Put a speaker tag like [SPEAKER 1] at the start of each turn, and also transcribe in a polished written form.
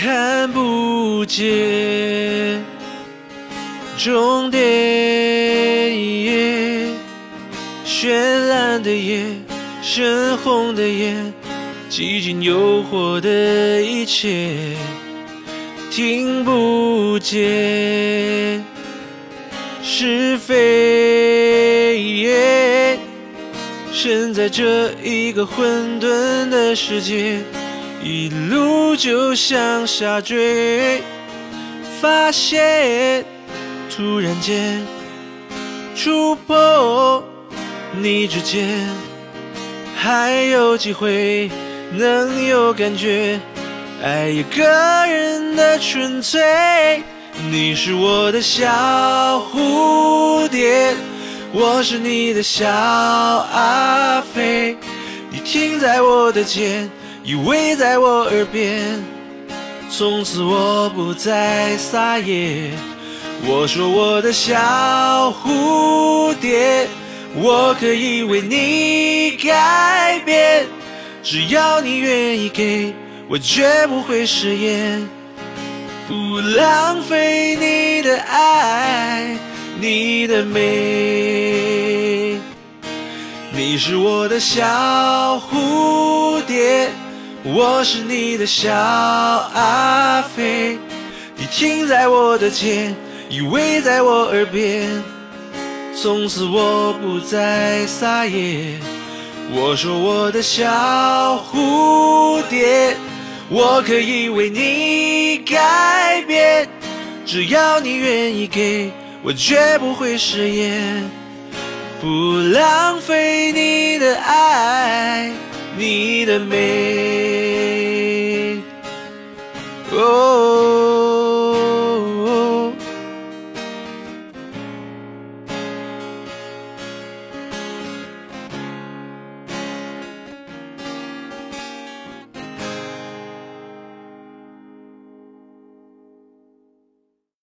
[SPEAKER 1] 看不见终点，绚烂的夜，深红的眼，几经诱惑的一切，听不见是非，身在这一个混沌的世界，一路就向下坠，发现突然间触碰你指尖，还有机会能有感觉，爱一个人的纯粹。你是我的小蝴蝶，我是你的小阿飞，你停在我的肩，依偎在我耳边，从此我不再撒野。我说我的小蝴蝶，我可以为你改变，只要你愿意给我，绝不会食言，不浪费你的爱，你的美。你是我的小蝴蝶，我是你的小阿飞，你停在我的肩，依偎在我耳边，从此我不再撒野。我说我的小蝴蝶，我可以为你改变，只要你愿意给我，绝不会食言，不浪费你的爱，你的美。